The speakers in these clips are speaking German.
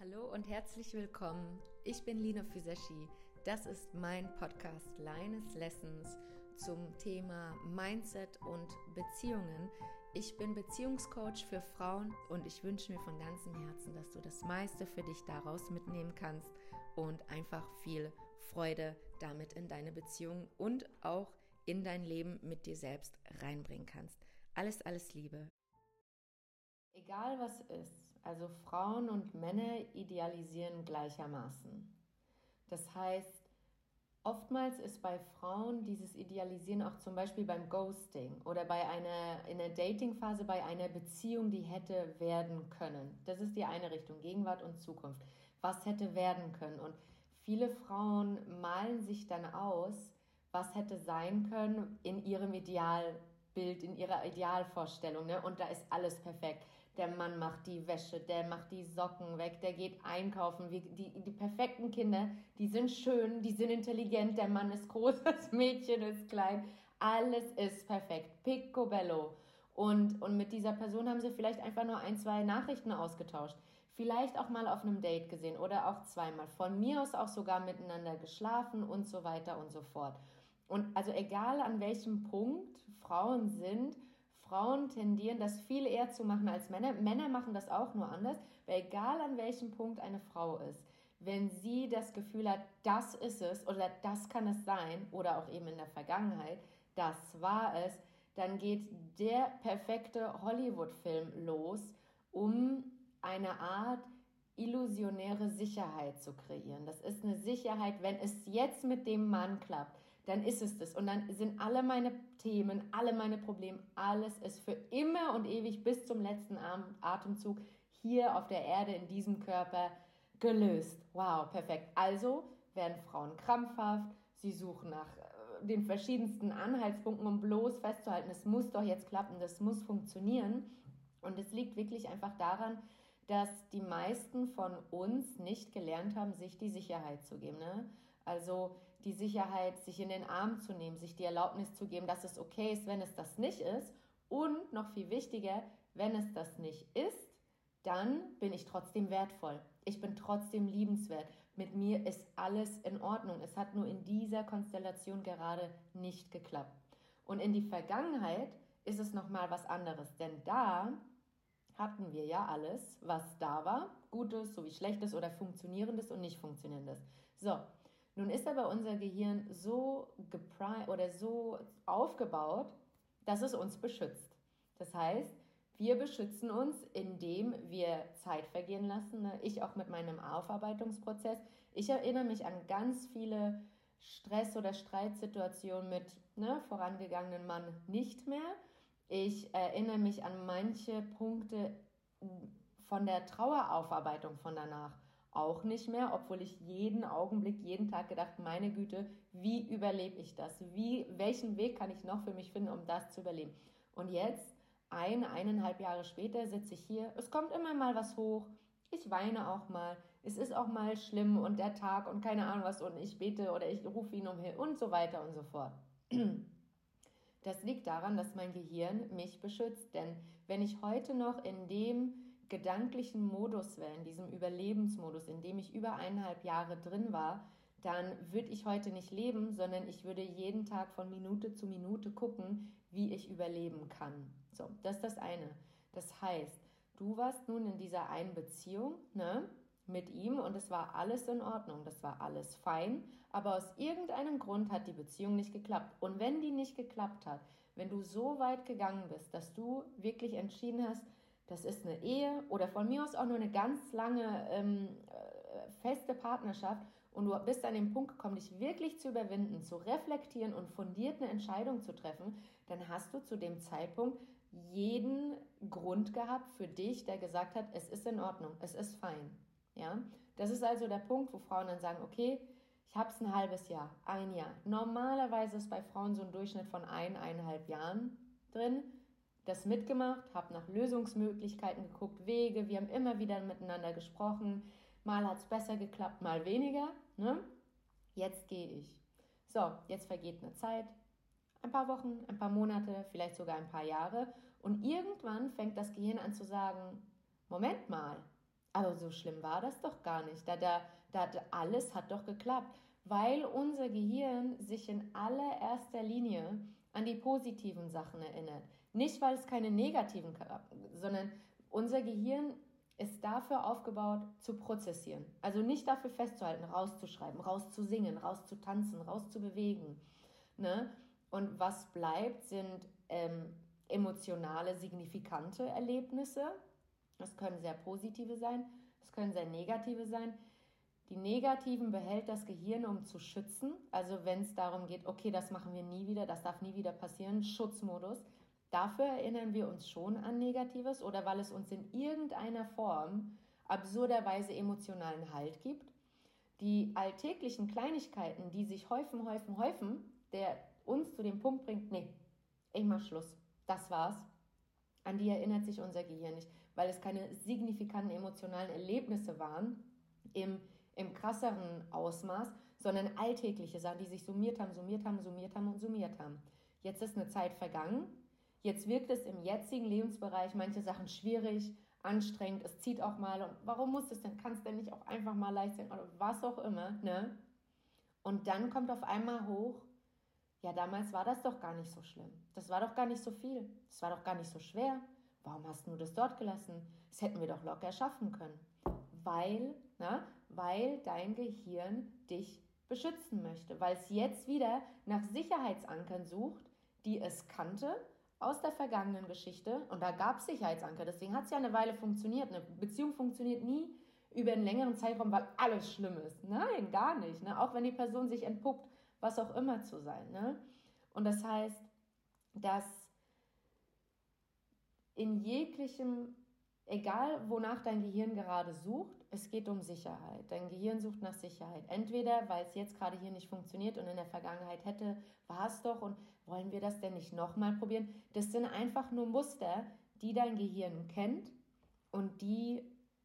Hallo und herzlich willkommen. Ich bin Lina Füseschi. Das ist mein Podcast Lines Lessons zum Thema Mindset und Beziehungen. Ich bin Beziehungscoach für Frauen und ich wünsche mir von ganzem Herzen, dass du das meiste für dich daraus mitnehmen kannst und einfach viel Freude damit in deine Beziehung und auch in dein Leben mit dir selbst reinbringen kannst. Alles Liebe. Egal was ist, also Frauen und Männer idealisieren gleichermaßen. Das heißt, oftmals ist bei Frauen dieses Idealisieren auch zum Beispiel beim Ghosting oder in der Datingphase bei einer Beziehung, die hätte werden können. Das ist die eine Richtung, Gegenwart und Zukunft. Was hätte werden können? Und viele Frauen malen sich dann aus, was hätte sein können in ihrem Idealbild, in ihrer Idealvorstellung, ne? Und da ist alles perfekt. Der Mann macht die Wäsche, der macht die Socken weg, der geht einkaufen. Die perfekten Kinder, die sind schön, die sind intelligent, der Mann ist groß, das Mädchen ist klein. Alles ist perfekt, picobello. Und mit dieser Person haben sie vielleicht einfach nur 1-2 Nachrichten ausgetauscht. Vielleicht auch mal auf einem Date gesehen oder auch zweimal. Von mir aus auch sogar miteinander geschlafen und so weiter und so fort. Und also egal an welchem Punkt Frauen sind, Frauen tendieren das viel eher zu machen als Männer. Männer machen das auch nur anders, weil egal an welchem Punkt eine Frau ist, wenn sie das Gefühl hat, das ist es oder das kann es sein oder auch eben in der Vergangenheit, das war es, dann geht der perfekte Hollywood-Film los, um eine Art illusionäre Sicherheit zu kreieren. Das ist eine Sicherheit, wenn es jetzt mit dem Mann klappt, dann ist es das. Und dann sind alle meine Themen, alle meine Probleme, alles ist für immer und ewig bis zum letzten Atemzug hier auf der Erde in diesem Körper gelöst. Wow, perfekt. Also werden Frauen krampfhaft, sie suchen nach den verschiedensten Anhaltspunkten, um bloß festzuhalten, es muss doch jetzt klappen, das muss funktionieren. Und es liegt wirklich einfach daran, dass die meisten von uns nicht gelernt haben, sich die Sicherheit zu geben. Ne? Also die Sicherheit, sich in den Arm zu nehmen, sich die Erlaubnis zu geben, dass es okay ist, wenn es das nicht ist. Und noch viel wichtiger, wenn es das nicht ist, dann bin ich trotzdem wertvoll. Ich bin trotzdem liebenswert. Mit mir ist alles in Ordnung. Es hat nur in dieser Konstellation gerade nicht geklappt. Und in die Vergangenheit ist es nochmal was anderes. Denn da hatten wir ja alles, was da war. Gutes sowie Schlechtes oder Funktionierendes und nicht Funktionierendes. So, nun ist aber unser Gehirn so so aufgebaut, dass es uns beschützt. Das heißt, wir beschützen uns, indem wir Zeit vergehen lassen. Ne? Ich auch mit meinem Aufarbeitungsprozess. Ich erinnere mich an ganz viele Stress- oder Streitsituationen mit vorangegangenen Mann nicht mehr. Ich erinnere mich an manche Punkte von der Traueraufarbeitung von danach auch nicht mehr, obwohl ich jeden Augenblick, jeden Tag gedacht, meine Güte, wie überlebe ich das? Welchen Weg kann ich noch für mich finden, um das zu überleben? Und jetzt, 1,5 Jahre später, sitze ich hier. Es kommt immer mal was hoch. Ich weine auch mal. Es ist auch mal schlimm und der Tag und keine Ahnung was und ich bete oder ich rufe ihn um Hilfe und so weiter und so fort. Das liegt daran, dass mein Gehirn mich beschützt. Denn wenn ich heute noch in dem gedanklichen Modus wäre, in diesem Überlebensmodus, in dem ich über 1,5 Jahre drin war, dann würde ich heute nicht leben, sondern ich würde jeden Tag von Minute zu Minute gucken, wie ich überleben kann. So, das ist das eine. Das heißt, du warst nun in dieser einen Beziehung, ne, mit ihm und es war alles in Ordnung, das war alles fein, aber aus irgendeinem Grund hat die Beziehung nicht geklappt. Und wenn die nicht geklappt hat, wenn du so weit gegangen bist, dass du wirklich entschieden hast, das ist eine Ehe oder von mir aus auch nur eine ganz lange feste Partnerschaft und du bist an den Punkt gekommen, dich wirklich zu überwinden, zu reflektieren und fundiert eine Entscheidung zu treffen, dann hast du zu dem Zeitpunkt jeden Grund gehabt für dich, der gesagt hat, es ist in Ordnung, es ist fein. Ja? Das ist also der Punkt, wo Frauen dann sagen, okay, ich habe es ein halbes Jahr, ein Jahr. Normalerweise ist bei Frauen so ein Durchschnitt von 1,5 Jahren drin. Das mitgemacht, habe nach Lösungsmöglichkeiten geguckt, Wege, wir haben immer wieder miteinander gesprochen, mal hat es besser geklappt, mal weniger, ne? Jetzt gehe ich. So, jetzt vergeht eine Zeit, ein paar Wochen, ein paar Monate, vielleicht sogar ein paar Jahre und irgendwann fängt das Gehirn an zu sagen, Moment mal, Aber so schlimm war das doch gar nicht. Alles hat doch geklappt, weil unser Gehirn sich in allererster Linie an die positiven Sachen erinnert. Nicht, weil es keine negativen, sondern unser Gehirn ist dafür aufgebaut, zu prozessieren. Also nicht dafür festzuhalten, rauszuschreiben, rauszusingen, rauszutanzen, rauszubewegen. Ne? Und was bleibt, sind emotionale, signifikante Erlebnisse. Das können sehr positive sein, das können sehr negative sein. Die negativen behält das Gehirn, um zu schützen. Also wenn es darum geht, okay, das machen wir nie wieder, das darf nie wieder passieren, Schutzmodus. Dafür erinnern wir uns schon an Negatives oder weil es uns in irgendeiner Form absurderweise emotionalen Halt gibt. Die alltäglichen Kleinigkeiten, die sich häufen, der uns zu dem Punkt bringt, nee, ich mach Schluss, das war's. An die erinnert sich unser Gehirn nicht, weil es keine signifikanten emotionalen Erlebnisse waren im krasseren Ausmaß, sondern alltägliche Sachen, die sich summiert haben. Jetzt ist eine Zeit vergangen. Jetzt wirkt es im jetzigen Lebensbereich manche Sachen schwierig, anstrengend. Es zieht auch mal. Und warum muss es denn? Kann es denn nicht auch einfach mal leicht sein? Oder was auch immer. Ne? Und dann kommt auf einmal hoch, ja, damals war das doch gar nicht so schlimm. Das war doch gar nicht so viel. Das war doch gar nicht so schwer. Warum hast du das dort gelassen? Das hätten wir doch locker schaffen können. Weil dein Gehirn dich beschützen möchte. Weil es jetzt wieder nach Sicherheitsankern sucht, die es kannte aus der vergangenen Geschichte. Und da gab es Sicherheitsanker. Deswegen hat es ja eine Weile funktioniert. Eine Beziehung funktioniert nie über einen längeren Zeitraum, weil alles schlimm ist. Nein, gar nicht. Ne? Auch wenn die Person sich entpuppt, was auch immer zu sein. Ne? Und das heißt, dass in jeglichem, egal wonach dein Gehirn gerade sucht, es geht um Sicherheit. Dein Gehirn sucht nach Sicherheit. Entweder, weil es jetzt gerade hier nicht funktioniert und in der Vergangenheit war es doch und wollen wir das denn nicht nochmal probieren? Das sind einfach nur Muster, die dein Gehirn kennt und die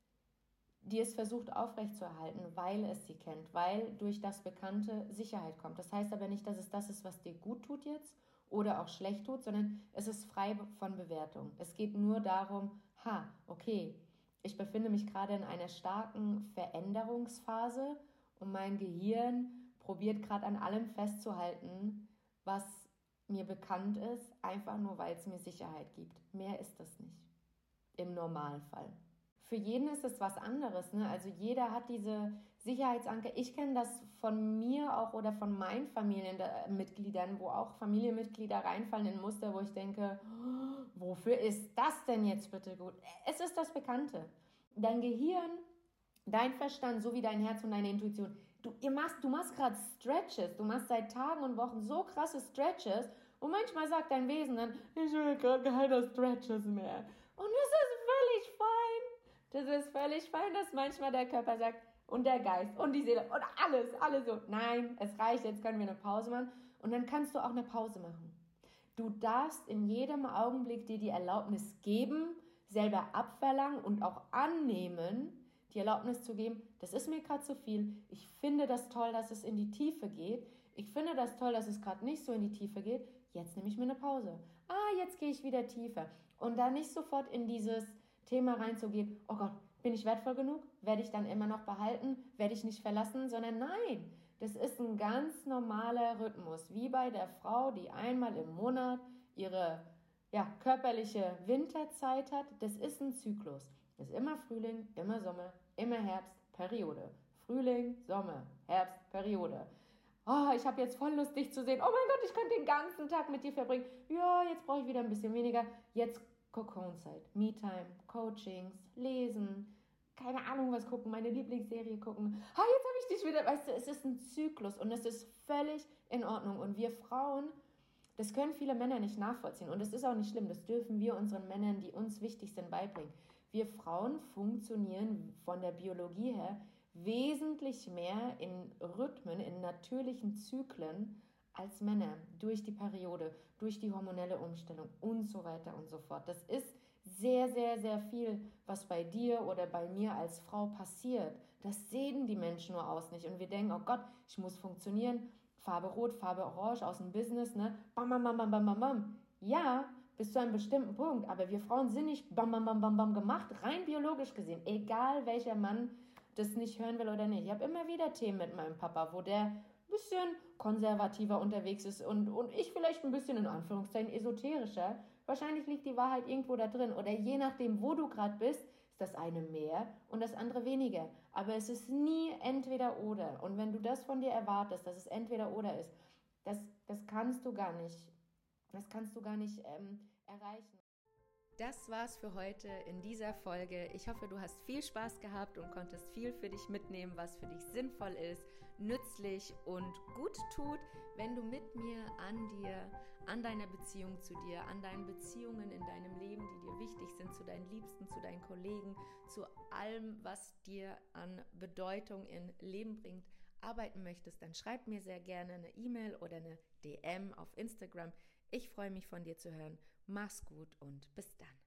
es versucht aufrechtzuerhalten, weil es sie kennt, weil durch das Bekannte Sicherheit kommt. Das heißt aber nicht, dass es das ist, was dir gut tut jetzt oder auch schlecht tut, sondern es ist frei von Bewertung. Es geht nur darum, okay, ich befinde mich gerade in einer starken Veränderungsphase und mein Gehirn probiert gerade an allem festzuhalten, was mir bekannt ist, einfach nur, weil es mir Sicherheit gibt. Mehr ist das nicht, im Normalfall. Für jeden ist es was anderes, ne? Also jeder hat diese Sicherheitsanker. Ich kenne das von mir auch oder von meinen Familienmitgliedern, wo auch Familienmitglieder reinfallen in Muster, wo ich denke, wofür ist das denn jetzt bitte gut? Es ist das Bekannte. Dein Gehirn, dein Verstand sowie dein Herz und deine Intuition. Du machst gerade Stretches. Du machst seit Tagen und Wochen so krasse Stretches und manchmal sagt dein Wesen dann, ich will gerade keine Stretches mehr. Und das ist völlig fein. Das ist völlig fein, dass manchmal der Körper sagt und der Geist und die Seele und alles so. Nein, es reicht, jetzt können wir eine Pause machen. Und dann kannst du auch eine Pause machen. Du darfst in jedem Augenblick dir die Erlaubnis geben, selber abverlangen und auch annehmen, die Erlaubnis zu geben, das ist mir gerade zu viel. Ich finde das toll, dass es in die Tiefe geht. Ich finde das toll, dass es gerade nicht so in die Tiefe geht. Jetzt nehme ich mir eine Pause. Jetzt gehe ich wieder tiefer. Und da nicht sofort in dieses Thema reinzugehen, oh Gott, bin ich wertvoll genug? Werde ich dann immer noch behalten? Werde ich nicht verlassen? Sondern nein, das ist ein ganz normaler Rhythmus, wie bei der Frau, die einmal im Monat ihre körperliche Winterzeit hat. Das ist ein Zyklus. Das ist immer Frühling, immer Sommer, immer Herbst, Periode. Frühling, Sommer, Herbst, Periode. Ich habe jetzt voll Lust, dich zu sehen. Oh mein Gott, ich könnte den ganzen Tag mit dir verbringen. Ja, jetzt brauche ich wieder ein bisschen weniger. Jetzt Cocoon-Zeit, Me-Time, Coachings, Lesen, keine Ahnung was gucken, meine Lieblingsserie gucken. Jetzt habe ich dich wieder. Weißt du, es ist ein Zyklus und es ist völlig in Ordnung. Und wir Frauen, das können viele Männer nicht nachvollziehen. Und das ist auch nicht schlimm. Das dürfen wir unseren Männern, die uns wichtig sind, beibringen. Wir Frauen funktionieren von der Biologie her wesentlich mehr in Rhythmen, in natürlichen Zyklen als Männer, durch die Periode, durch die hormonelle Umstellung und so weiter und so fort. Das ist sehr, sehr, sehr viel, was bei dir oder bei mir als Frau passiert. Das sehen die Menschen nur aus nicht. Und wir denken, oh Gott, ich muss funktionieren. Farbe Rot, Farbe Orange aus dem Business, ne? Bam, bam, bam, bam, bam, bam. Ja, bis zu einem bestimmten Punkt. Aber wir Frauen sind nicht bam, bam, bam, bam, bam gemacht, rein biologisch gesehen. Egal welcher Mann das nicht hören will oder nicht. Ich habe immer wieder Themen mit meinem Papa, wo der ein bisschen konservativer unterwegs ist und ich vielleicht ein bisschen in Anführungszeichen esoterischer. Wahrscheinlich liegt die Wahrheit irgendwo da drin. Oder je nachdem, wo du gerade bist, ist das eine mehr und das andere weniger. Aber es ist nie entweder oder. Und wenn du das von dir erwartest, dass es entweder oder ist, das kannst du gar nicht. Das kannst du gar nicht erreichen. Das war's für heute in dieser Folge. Ich hoffe, du hast viel Spaß gehabt und konntest viel für dich mitnehmen, was für dich sinnvoll ist, nützlich und gut tut, wenn du mit mir an dir, an deiner Beziehung zu dir, an deinen Beziehungen in deinem Leben, die dir wichtig sind, zu deinen Liebsten, zu deinen Kollegen, zu allem, was dir an Bedeutung im Leben bringt, arbeiten möchtest, dann schreib mir sehr gerne eine E-Mail oder eine DM auf Instagram. Ich freue mich, von dir zu hören. Mach's gut und bis dann.